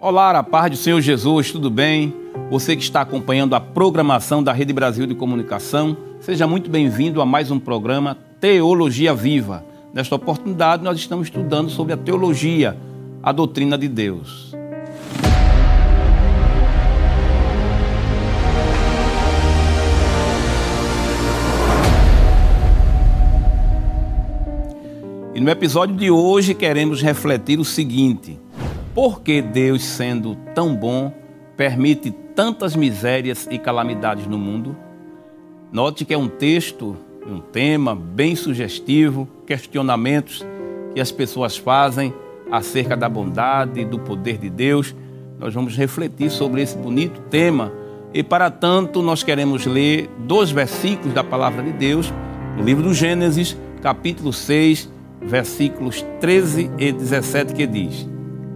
Olá, a paz do Senhor Jesus, tudo bem? Você que está acompanhando a programação da Rede Brasil de Comunicação, seja muito bem-vindo a mais um programa Teologia Viva. Nesta oportunidade, nós estamos estudando sobre a teologia, a doutrina de Deus. E no episódio de hoje queremos refletir o seguinte: por que Deus, sendo tão bom, permite tantas misérias e calamidades no mundo? Note que é um texto, um tema bem sugestivo, questionamentos que as pessoas fazem acerca da bondade e do poder de Deus. Nós vamos refletir sobre esse bonito tema e, para tanto, nós queremos ler 2 versículos da Palavra de Deus, no livro do Gênesis, capítulo 6, versículos 13 e 17, que diz: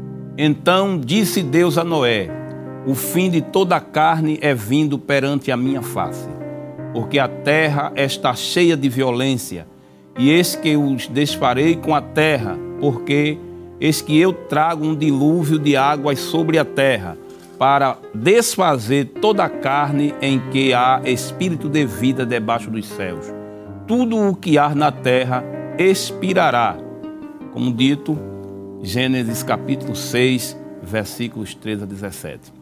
Então disse Deus a Noé: O fim de toda a carne é vindo perante a minha face, porque a terra está cheia de violência, e eis que os desfarei com a terra, porque eis que eu trago um dilúvio de águas sobre a terra, para desfazer toda a carne em que há espírito de vida debaixo dos céus. Tudo o que há na terra expirará. Como dito, Gênesis capítulo 6, versículos 13 a 17.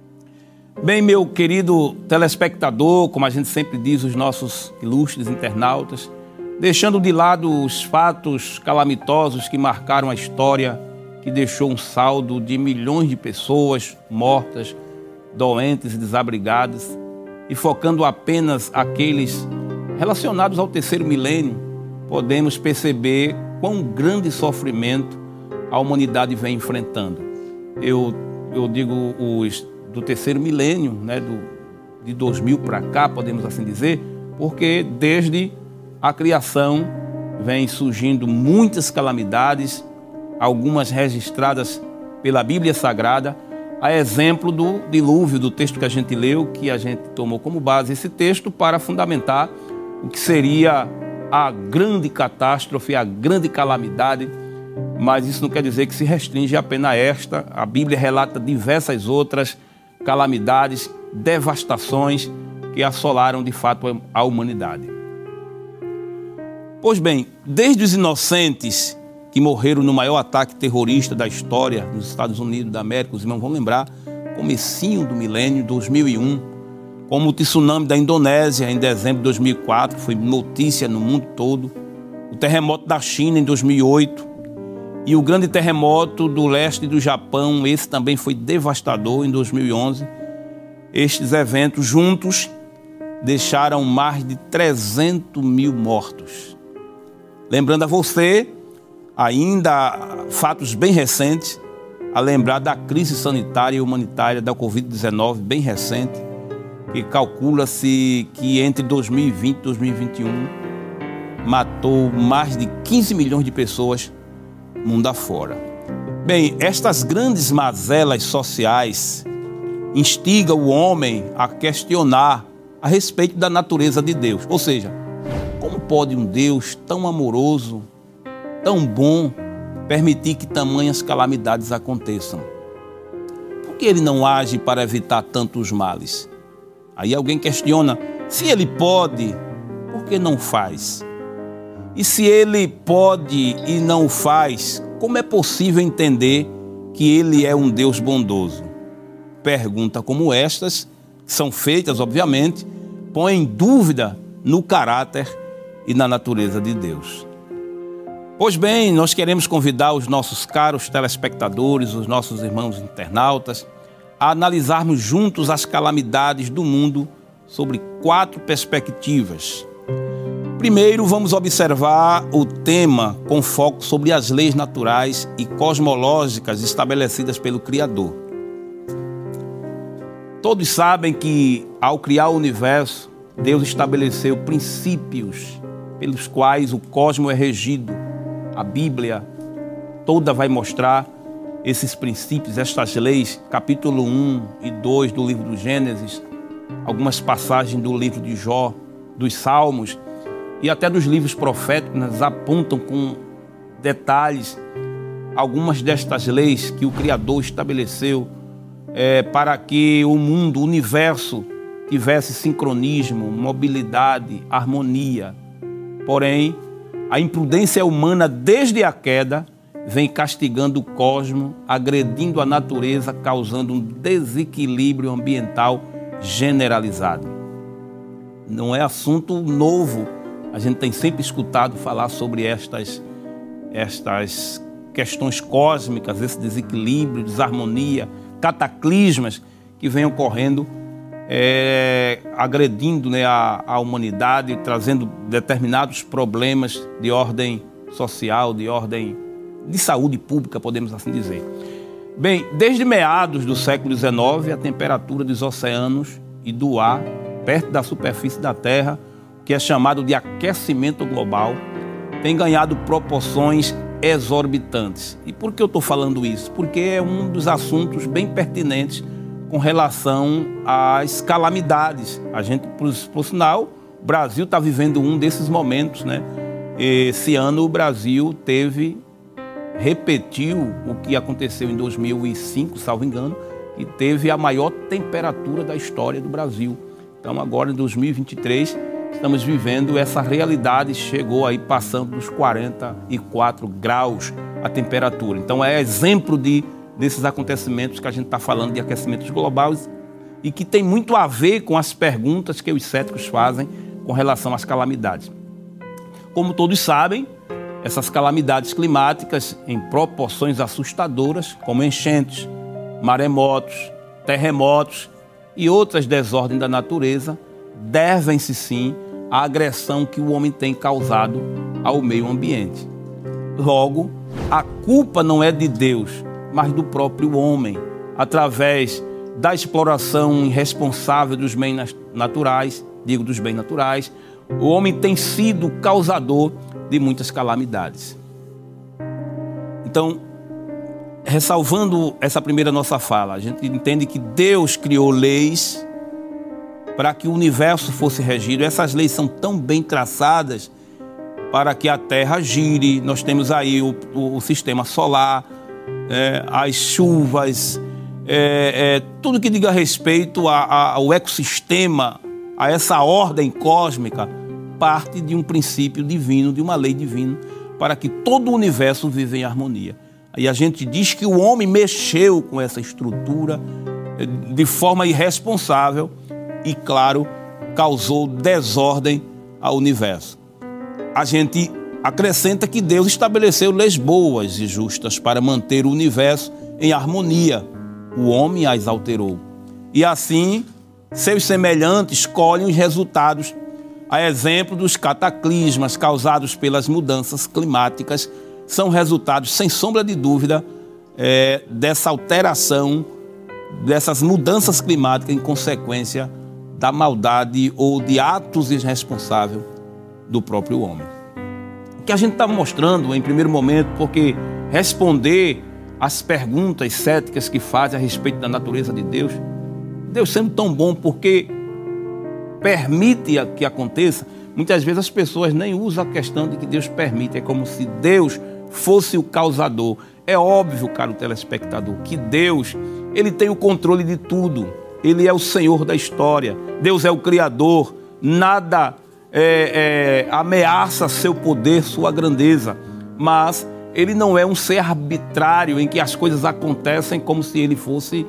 Bem, meu querido telespectador, como a gente sempre diz, os nossos ilustres internautas, deixando de lado os fatos calamitosos que marcaram a história, que deixou um saldo de milhões de pessoas mortas, doentes e desabrigadas, e focando apenas aqueles relacionados ao terceiro milênio, podemos perceber quão grande sofrimento a humanidade vem enfrentando. Eu digo os do terceiro milênio, né, de 2000 para cá, podemos assim dizer, porque desde a criação vem surgindo muitas calamidades, algumas registradas pela Bíblia Sagrada, a exemplo do dilúvio, do texto que a gente leu, que a gente tomou como base esse texto para fundamentar o que seria a grande catástrofe, a grande calamidade, mas isso não quer dizer que se restringe apenas a esta. A Bíblia relata diversas outras calamidades, devastações que assolaram de fato a humanidade. Pois bem, desde os inocentes que morreram no maior ataque terrorista da história nos Estados Unidos da América, os irmãos vão lembrar, comecinho do milênio, 2001, como o tsunami da Indonésia em dezembro de 2004, foi notícia no mundo todo, o terremoto da China em 2008 e o grande terremoto do leste do Japão, esse também foi devastador em 2011. Estes eventos juntos deixaram mais de 300 mil mortos. Lembrando a você, ainda fatos bem recentes, a lembrar da crise sanitária e humanitária da Covid-19, bem recente, que calcula-se que entre 2020 e 2021 matou mais de 15 milhões de pessoas mundo afora. Bem, estas grandes mazelas sociais instigam o homem a questionar a respeito da natureza de Deus. Ou seja, como pode um Deus tão amoroso, tão bom, permitir que tamanhas calamidades aconteçam? Por que ele não age para evitar tantos males? Aí alguém questiona, se ele pode, por que não faz? E se ele pode e não faz, como é possível entender que ele é um Deus bondoso? Perguntas como estas, que são feitas, obviamente, põem dúvida no caráter e na natureza de Deus. Pois bem, nós queremos convidar os nossos caros telespectadores, os nossos irmãos internautas, a analisarmos juntos as calamidades do mundo sobre 4 perspectivas. Primeiro, vamos observar o tema com foco sobre as leis naturais e cosmológicas estabelecidas pelo Criador. Todos sabem que, ao criar o universo, Deus estabeleceu princípios pelos quais o cosmos é regido. A Bíblia toda vai mostrar esses princípios, estas leis, capítulo 1 e 2 do livro do Gênesis, algumas passagens do livro de Jó, dos Salmos e até dos livros proféticos, nos apontam com detalhes algumas destas leis que o Criador estabeleceu para que o mundo, o universo, tivesse sincronismo, mobilidade, harmonia. Porém, a imprudência humana, desde a queda, vem castigando o cosmos, agredindo a natureza, causando um desequilíbrio ambiental generalizado. Não é assunto novo, a gente tem sempre escutado falar sobre estas questões cósmicas, esse desequilíbrio, desarmonia, cataclismas que vêm ocorrendo, agredindo, né, a humanidade, trazendo determinados problemas de ordem social, de ordem de saúde pública, podemos assim dizer. Bem, desde meados do século XIX, a temperatura dos oceanos e do ar, perto da superfície da Terra, que é chamado de aquecimento global, tem ganhado proporções exorbitantes. E por que eu estou falando isso? Porque é um dos assuntos bem pertinentes com relação às calamidades. A gente, por sinal, o Brasil está vivendo um desses momentos, né? Esse ano o Brasil repetiu o que aconteceu em 2005, salvo engano, e teve a maior temperatura da história do Brasil. Então agora em 2023 estamos vivendo essa realidade, chegou aí passando dos 44 graus a temperatura. Então é exemplo desses acontecimentos que a gente está falando de aquecimentos globais e que tem muito a ver com as perguntas que os céticos fazem com relação às calamidades. Como todos sabem, essas calamidades climáticas em proporções assustadoras, como enchentes, maremotos, terremotos e outras desordens da natureza, devem-se sim à agressão que o homem tem causado ao meio ambiente. Logo, a culpa não é de Deus, mas do próprio homem, através da exploração irresponsável dos bens naturais, o homem tem sido causador de muitas calamidades. Então, ressalvando essa primeira nossa fala, a gente entende que Deus criou leis para que o universo fosse regido. Essas leis são tão bem traçadas para que a Terra gire. Nós temos aí o sistema solar, as chuvas, tudo que diga respeito ao ecossistema, a essa ordem cósmica, parte de um princípio divino, de uma lei divina, para que todo o universo viva em harmonia. Aí a gente diz que o homem mexeu com essa estrutura de forma irresponsável e, claro, causou desordem ao universo. A gente acrescenta que Deus estabeleceu leis boas e justas para manter o universo em harmonia. O homem as alterou. E assim, seus semelhantes colhem os resultados, a exemplo dos cataclismas causados pelas mudanças climáticas, são resultados, sem sombra de dúvida, dessa alteração, dessas mudanças climáticas em consequência da maldade ou de atos irresponsáveis do próprio homem. O que a gente está mostrando em primeiro momento, porque responder às perguntas céticas que fazem a respeito da natureza de Deus, Deus sendo tão bom, porque permite que aconteça. Muitas vezes as pessoas nem usam a questão de que Deus permite, é como se Deus fosse o causador. É óbvio, caro telespectador, que Deus, Ele tem o controle de tudo. Ele é o Senhor da história. Deus é o Criador. Nada ameaça seu poder, sua grandeza. Mas Ele não é um ser arbitrário em que as coisas acontecem como se Ele fosse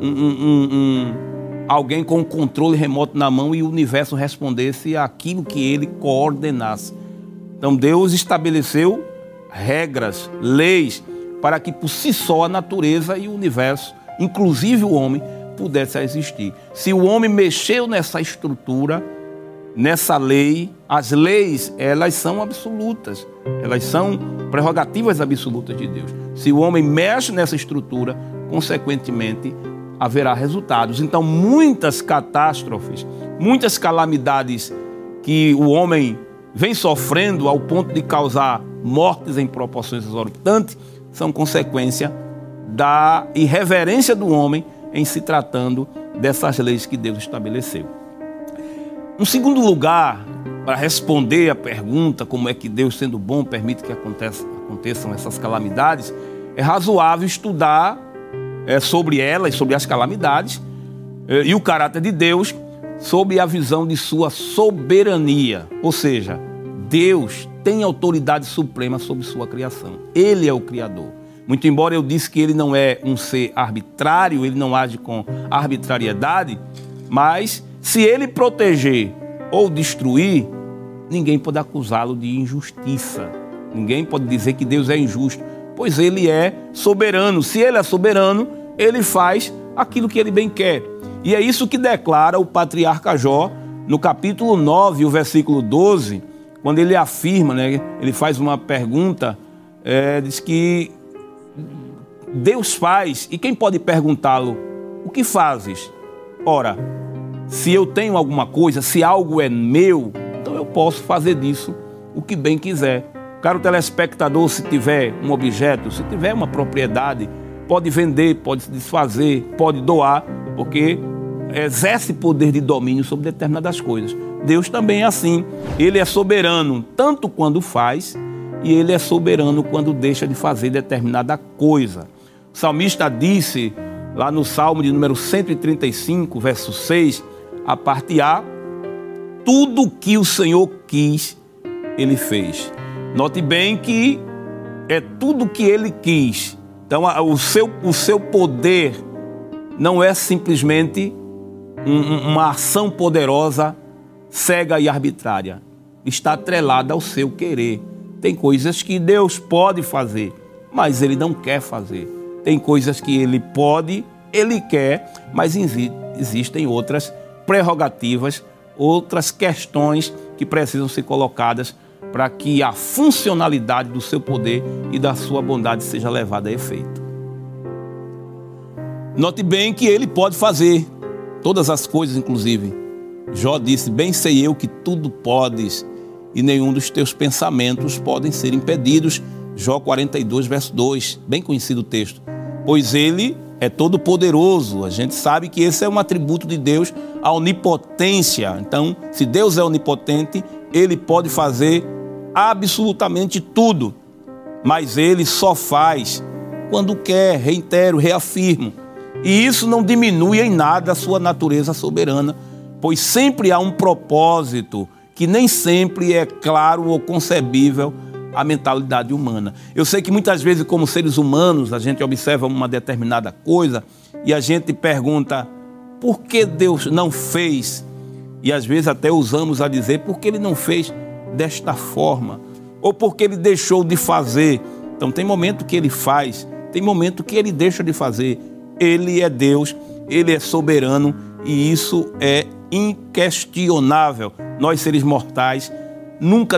alguém com o controle remoto na mão e o universo respondesse àquilo que Ele coordenasse. Então Deus estabeleceu regras, leis, para que por si só a natureza e o universo, inclusive o homem, pudesse existir. Se o homem mexeu nessa estrutura, nessa lei, as leis, elas são absolutas, elas são prerrogativas absolutas de Deus. Se o homem mexe nessa estrutura, consequentemente, haverá resultados. Então, muitas catástrofes, muitas calamidades que o homem vem sofrendo ao ponto de causar mortes em proporções exorbitantes, são consequência da irreverência do homem em se tratando dessas leis que Deus estabeleceu. Um segundo lugar, para responder à pergunta como é que Deus, sendo bom, permite que aconteçam essas calamidades, é razoável estudar sobre elas, sobre as calamidades e o caráter de Deus, sob a visão de sua soberania. Ou seja, Deus tem autoridade suprema sobre sua criação. Ele é o Criador. Muito embora eu disse que ele não é um ser arbitrário, ele não age com arbitrariedade, mas se ele proteger ou destruir, ninguém pode acusá-lo de injustiça. Ninguém pode dizer que Deus é injusto, pois ele é soberano. Se ele é soberano, ele faz aquilo que ele bem quer. E é isso que declara o patriarca Jó no capítulo 9, o versículo 12, quando ele afirma, ele faz uma pergunta, diz que Deus faz, e quem pode perguntá-lo, o que fazes? Ora, se eu tenho alguma coisa, se algo é meu, então eu posso fazer disso o que bem quiser. Caro telespectador, se tiver um objeto, se tiver uma propriedade, pode vender, pode se desfazer, pode doar, porque exerce poder de domínio sobre determinadas coisas. Deus também é assim. Ele é soberano tanto quando faz, e ele é soberano quando deixa de fazer determinada coisa. O salmista disse, lá no Salmo de número 135, verso 6, a parte A, tudo que o Senhor quis, ele fez. Note bem que é tudo que ele quis. Então, o seu poder não é simplesmente uma ação poderosa, cega e arbitrária. Está atrelada ao seu querer. Tem coisas que Deus pode fazer, mas ele não quer fazer. Tem coisas que ele pode, ele quer, mas existem outras prerrogativas, outras questões que precisam ser colocadas para que a funcionalidade do seu poder e da sua bondade seja levada a efeito. Note bem que ele pode fazer todas as coisas, inclusive. Jó disse, bem sei eu que tudo podes e nenhum dos teus pensamentos podem ser impedidos. Jó 42, verso 2, bem conhecido o texto. Pois ele é todo poderoso. A gente sabe que esse é um atributo de Deus, a onipotência. Então, se Deus é onipotente, ele pode fazer absolutamente tudo, mas ele só faz quando quer, reitero, reafirmo. E isso não diminui em nada a sua natureza soberana, pois sempre há um propósito que nem sempre é claro ou concebível à mentalidade humana. Eu sei que muitas vezes, como seres humanos, a gente observa uma determinada coisa e a gente pergunta por que Deus não fez? E às vezes até usamos a dizer por que ele não fez desta forma, ou porque ele deixou de fazer. Então tem momento que ele faz, tem momento que ele deixa de fazer. Ele é Deus, ele é soberano e isso é inquestionável. Nós, seres mortais, nunca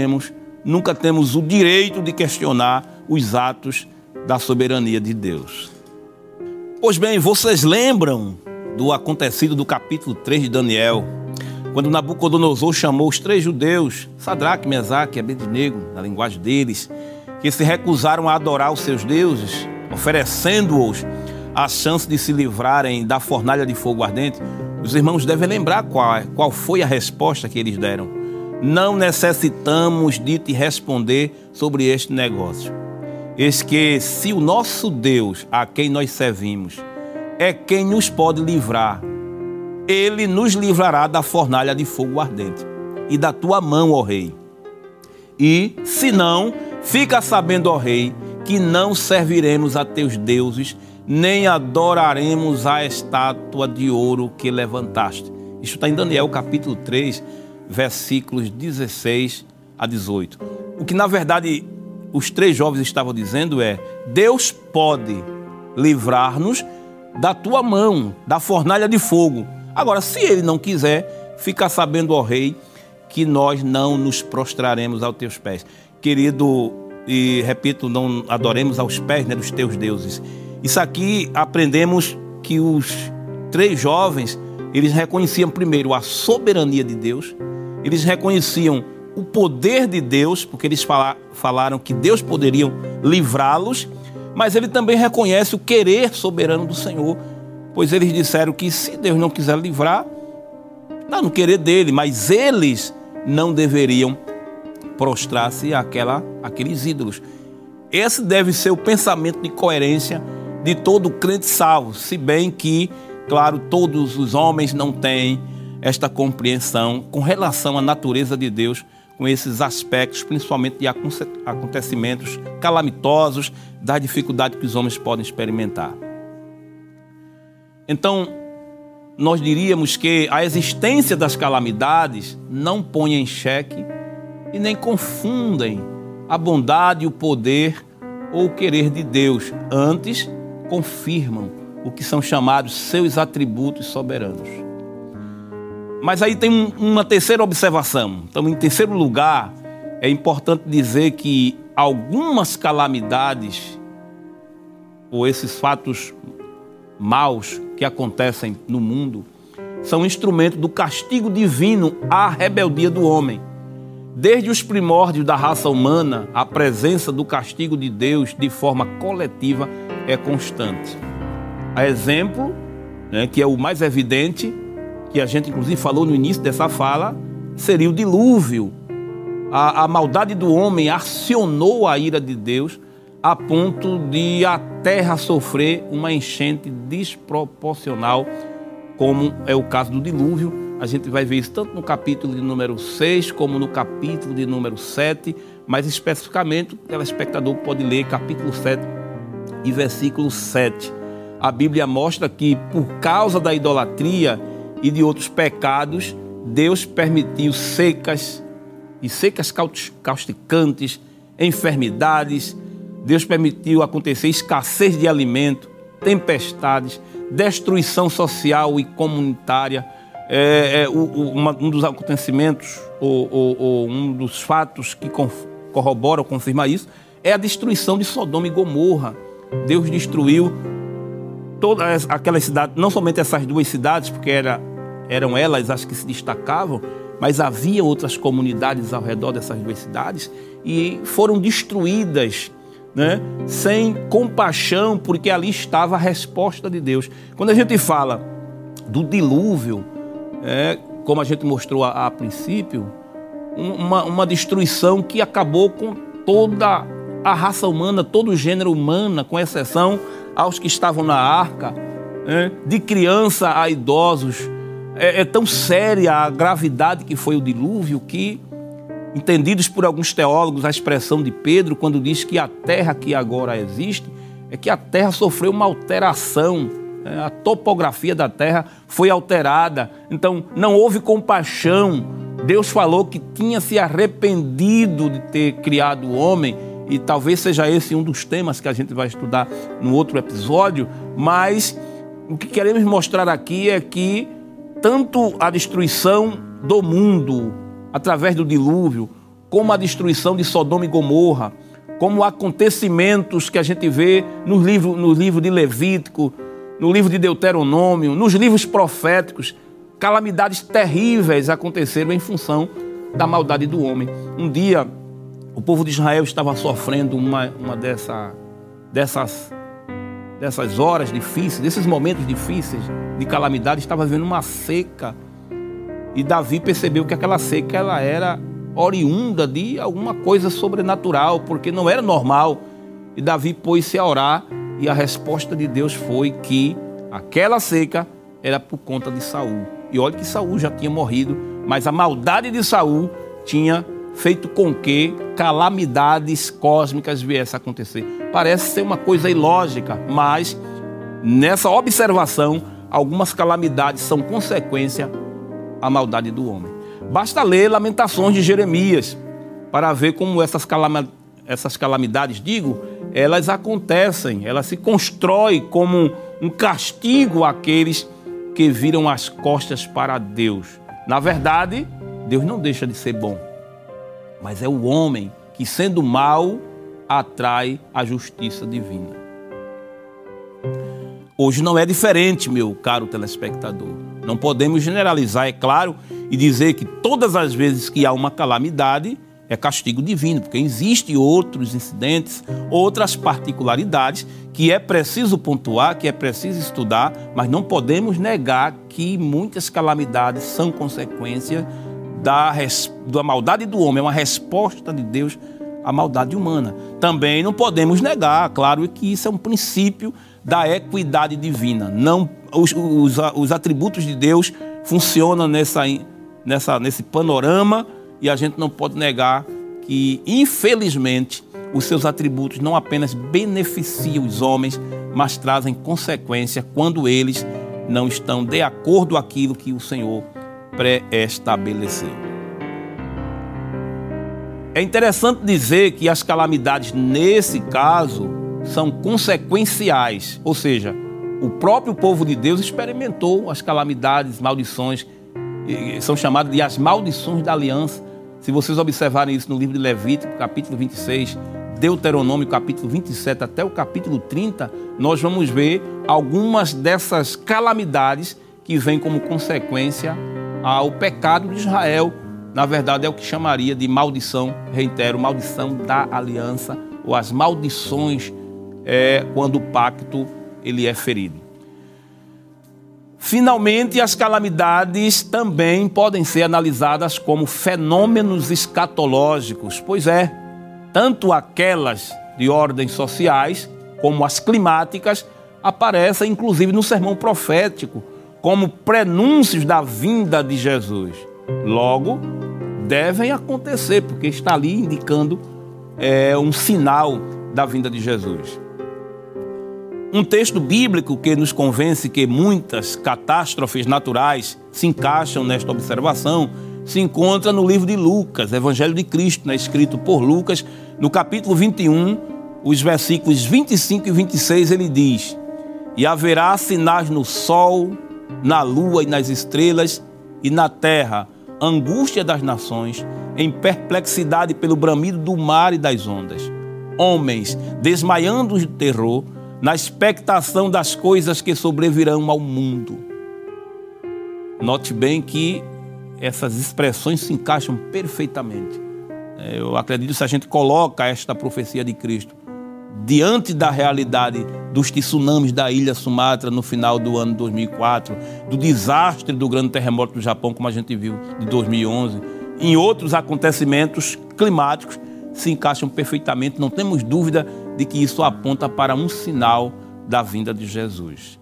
temos o direito de questionar os atos da soberania de Deus. Pois bem, vocês lembram do acontecido do capítulo 3 de Daniel, quando Nabucodonosor chamou os 3 judeus, Sadraque, Mesaque e Abednego, na linguagem deles, que se recusaram a adorar os seus deuses, oferecendo-os a chance de se livrarem da fornalha de fogo ardente. Os irmãos devem lembrar qual foi a resposta que eles deram. Não necessitamos de te responder sobre este negócio. Eis que se o nosso Deus, a quem nós servimos, é quem nos pode livrar, ele nos livrará da fornalha de fogo ardente e da tua mão, ó rei. E, se não, fica sabendo, ó rei, que não serviremos a teus deuses, nem adoraremos a estátua de ouro que levantaste. Isso está em Daniel capítulo 3, versículos 16 a 18. O que na verdade os 3 jovens estavam dizendo é: Deus pode livrar-nos da tua mão, da fornalha de fogo. Agora, se ele não quiser, fica sabendo, ó rei, que nós não nos prostraremos aos teus pés. Querido, e repito, não adoremos aos pés dos teus deuses. Isso aqui aprendemos que os 3 jovens, eles reconheciam primeiro a soberania de Deus, eles reconheciam o poder de Deus, porque eles falaram que Deus poderia livrá-los, mas ele também reconhece o querer soberano do Senhor, pois eles disseram que se Deus não quiser livrar, está no querer dele, mas eles não deveriam prostrar-se àqueles ídolos. Esse deve ser o pensamento de coerência de todo crente salvo, se bem que, claro, todos os homens não têm esta compreensão com relação à natureza de Deus, com esses aspectos, principalmente de acontecimentos calamitosos, da dificuldade que os homens podem experimentar. Então, nós diríamos que a existência das calamidades não põe em xeque e nem confundem a bondade, o poder ou o querer de Deus. Antes, confirmam o que são chamados seus atributos soberanos. Mas aí tem uma terceira observação. Então, em terceiro lugar, é importante dizer que algumas calamidades ou esses fatos maus que acontecem no mundo são instrumento do castigo divino à rebeldia do homem. Desde os primórdios da raça humana, a presença do castigo de Deus de forma coletiva é constante. A exemplo, que é o mais evidente, que a gente inclusive falou no início dessa fala, seria o dilúvio. A maldade do homem acionou a ira de Deus a ponto de a terra sofrer uma enchente desproporcional, como é o caso do dilúvio. A gente vai ver isso tanto no capítulo de número 6, como no capítulo de número 7, mas especificamente o telespectador pode ler capítulo 7 e versículo 7. A Bíblia mostra que, por causa da idolatria e de outros pecados, Deus permitiu secas causticantes, enfermidades. Deus permitiu acontecer escassez de alimento, tempestades, destruição social e comunitária. Um dos acontecimentos, ou um dos fatos que corroboram, confirma isso, é a destruição de Sodoma e Gomorra. Deus destruiu todas aquelas cidades, não somente essas duas cidades, porque eram elas as que se destacavam, mas havia outras comunidades ao redor dessas duas cidades e foram destruídas, sem compaixão, porque ali estava a resposta de Deus. Quando a gente fala do dilúvio, como a gente mostrou a princípio, uma destruição que acabou com toda a raça humana, todo o gênero humano, com exceção aos que estavam na arca, de criança a idosos. É tão séria a gravidade que foi o dilúvio que, entendidos por alguns teólogos, a expressão de Pedro, quando diz que a terra que agora existe, é que a terra sofreu uma alteração, a topografia da terra foi alterada, então não houve compaixão. Deus falou que tinha se arrependido de ter criado o homem, e talvez seja esse um dos temas que a gente vai estudar no outro episódio, mas o que queremos mostrar aqui é que tanto a destruição do mundo através do dilúvio, como a destruição de Sodoma e Gomorra, como acontecimentos que a gente vê no livro de Levítico, no livro de Deuteronômio, nos livros proféticos, calamidades terríveis aconteceram em função da maldade do homem. Um dia, o povo de Israel estava sofrendo uma dessas horas difíceis, desses momentos difíceis de calamidade, estava vendo uma seca. E Davi percebeu que aquela seca ela era oriunda de alguma coisa sobrenatural, porque não era normal. E Davi pôs-se a orar, e a resposta de Deus foi que aquela seca era por conta de Saul. E olha que Saul já tinha morrido, mas a maldade de Saul tinha feito com que calamidades cósmicas viessem a acontecer. Parece ser uma coisa ilógica, mas nessa observação, algumas calamidades são consequência a maldade do homem. Basta ler Lamentações de Jeremias para ver como essas calamidades, elas acontecem, elas se constroem como um castigo àqueles que viram as costas para Deus. Na verdade, Deus não deixa de ser bom, mas é o homem que, sendo mau, atrai a justiça divina. Hoje não é diferente, meu caro telespectador. Não podemos generalizar, é claro, e dizer que todas as vezes que há uma calamidade é castigo divino, porque existem outros incidentes, outras particularidades que é preciso pontuar, que é preciso estudar, mas não podemos negar que muitas calamidades são consequência da maldade do homem, é uma resposta de Deus a maldade humana. Também não podemos negar, claro que isso é um princípio da equidade divina. Não, os atributos de Deus funcionam nesse panorama e a gente não pode negar que, infelizmente, os seus atributos não apenas beneficiam os homens, mas trazem consequência quando eles não estão de acordo com aquilo que o Senhor pré-estabeleceu. É interessante dizer que as calamidades, nesse caso, são consequenciais, ou seja, o próprio povo de Deus experimentou as calamidades, maldições, são chamadas de as maldições da aliança. Se vocês observarem isso no livro de Levítico, capítulo 26, Deuteronômio, capítulo 27 até o capítulo 30, nós vamos ver algumas dessas calamidades que vêm como consequência ao pecado de Israel. Na verdade, é o que chamaria de maldição, reitero, maldição da aliança, ou as maldições quando o pacto ele é ferido. Finalmente, as calamidades também podem ser analisadas como fenômenos escatológicos, pois tanto aquelas de ordens sociais como as climáticas aparecem inclusive no sermão profético como prenúncios da vinda de Jesus. Logo, devem acontecer, porque está ali indicando um sinal da vinda de Jesus. Um texto bíblico que nos convence que muitas catástrofes naturais se encaixam nesta observação se encontra no livro de Lucas, Evangelho de Cristo, escrito por Lucas, no capítulo 21, os versículos 25 e 26, ele diz: "E haverá sinais no sol, na lua e nas estrelas, e na terra, angústia das nações, em perplexidade pelo bramido do mar e das ondas. Homens desmaiando de terror, na expectação das coisas que sobrevirão ao mundo." Note bem que essas expressões se encaixam perfeitamente. Eu acredito que se a gente coloca esta profecia de Cristo diante da realidade dos tsunamis da ilha Sumatra no final do ano 2004, do desastre do grande terremoto do Japão, como a gente viu, de 2011, em outros acontecimentos climáticos, se encaixam perfeitamente. Não temos dúvida de que isso aponta para um sinal da vinda de Jesus.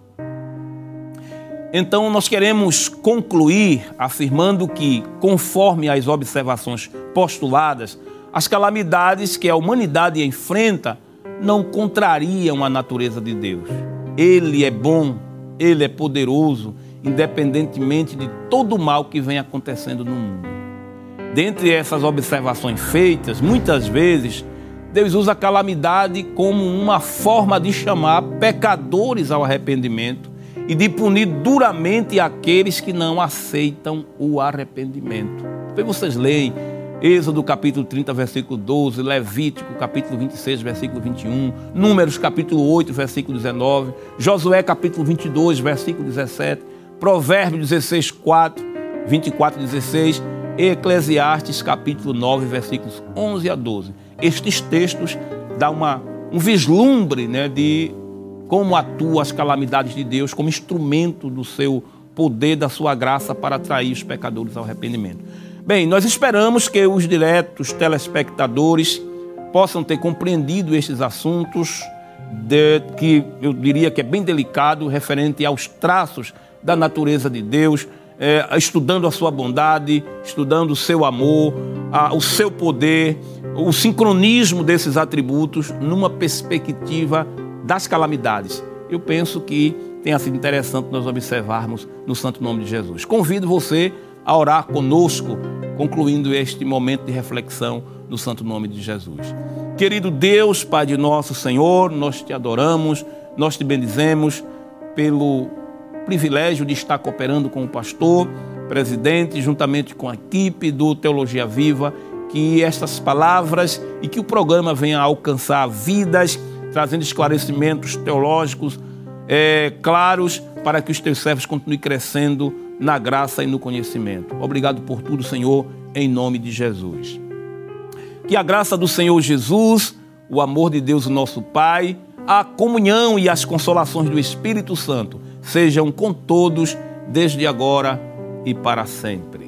Então, nós queremos concluir afirmando que, conforme as observações postuladas, as calamidades que a humanidade enfrenta não contrariam a natureza de Deus. Ele é bom, Ele é poderoso, independentemente de todo o mal que vem acontecendo no mundo. Dentre essas observações feitas, muitas vezes, Deus usa a calamidade como uma forma de chamar pecadores ao arrependimento e de punir duramente aqueles que não aceitam o arrependimento. Depois vocês leem Êxodo capítulo 30, versículo 12, Levítico capítulo 26, versículo 21, Números capítulo 8, versículo 19, Josué capítulo 22, versículo 17, Provérbios 16, 24, 16, e Eclesiastes capítulo 9, versículos 11 a 12. Estes textos dão um vislumbre, de como atuam as calamidades de Deus como instrumento do seu poder, da sua graça para atrair os pecadores ao arrependimento. Bem, nós esperamos que os diretos telespectadores possam ter compreendido estes assuntos, que eu diria que é bem delicado, referente aos traços da natureza de Deus, estudando a sua bondade, estudando o seu amor, o seu poder, o sincronismo desses atributos numa perspectiva das calamidades. Eu penso que tenha sido interessante nós observarmos no santo nome de Jesus. Convido você a orar conosco, concluindo este momento de reflexão no santo nome de Jesus. Querido Deus, Pai de nosso Senhor, nós te adoramos, nós te bendizemos pelo privilégio de estar cooperando com o pastor, presidente, juntamente com a equipe do Teologia Viva, que estas palavras e que o programa venha a alcançar vidas, trazendo esclarecimentos teológicos claros, para que os teus servos continuem crescendo na graça e no conhecimento. Obrigado por tudo, Senhor, em nome de Jesus. Que a graça do Senhor Jesus, o amor de Deus, o nosso Pai, a comunhão e as consolações do Espírito Santo sejam com todos, desde agora e para sempre.